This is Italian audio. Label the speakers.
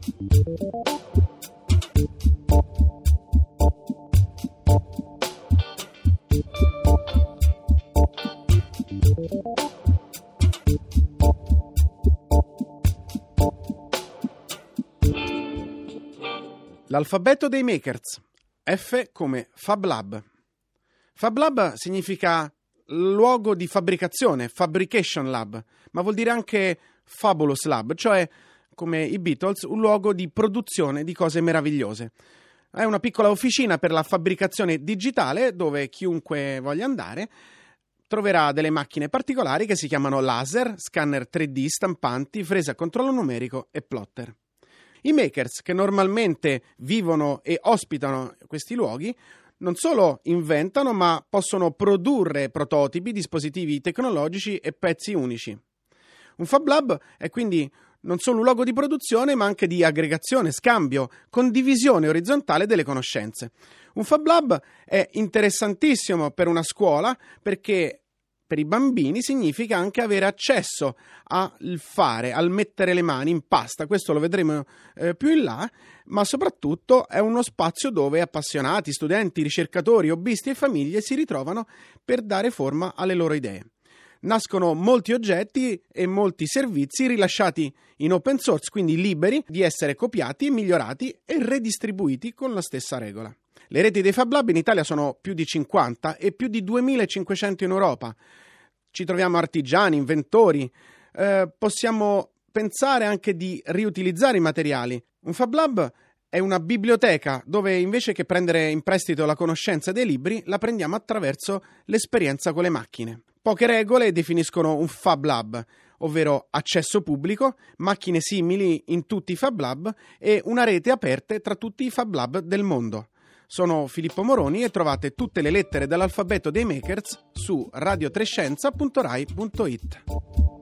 Speaker 1: L'alfabeto dei makers. F come Fab Lab. Fab Lab significa luogo di fabbricazione, fabrication lab, ma vuol dire anche fabulous lab, cioè, come i Beatles, un luogo di produzione di cose meravigliose. È una piccola officina per la fabbricazione digitale dove chiunque voglia andare troverà delle macchine particolari che si chiamano laser, scanner 3D, stampanti, frese a controllo numerico e plotter. I makers, che normalmente vivono e ospitano questi luoghi, non solo inventano, ma possono produrre prototipi, dispositivi tecnologici e pezzi unici. Un Fab Lab è quindi non solo un luogo di produzione, ma anche di aggregazione, scambio, condivisione orizzontale delle conoscenze. Un Fab Lab è interessantissimo per una scuola perché per i bambini significa anche avere accesso al fare, al mettere le mani in pasta. Questo lo vedremo più in là, ma soprattutto è uno spazio dove appassionati, studenti, ricercatori, hobbisti e famiglie si ritrovano per dare forma alle loro idee. Nascono molti oggetti e molti servizi rilasciati in open source, quindi liberi di essere copiati, migliorati e redistribuiti con la stessa regola. Le reti dei Fab Lab in Italia sono più di 50 e più di 2500 in Europa. Ci troviamo artigiani, inventori, possiamo pensare anche di riutilizzare i materiali. Un Fab Lab è una biblioteca dove invece che prendere in prestito la conoscenza dei libri, la prendiamo attraverso l'esperienza con le macchine. Poche regole definiscono un Fab Lab, ovvero accesso pubblico, macchine simili in tutti i Fab Lab e una rete aperta tra tutti i Fab Lab del mondo. Sono Filippo Moroni e trovate tutte le lettere dell'alfabeto dei makers su radiotrescienza.rai.it.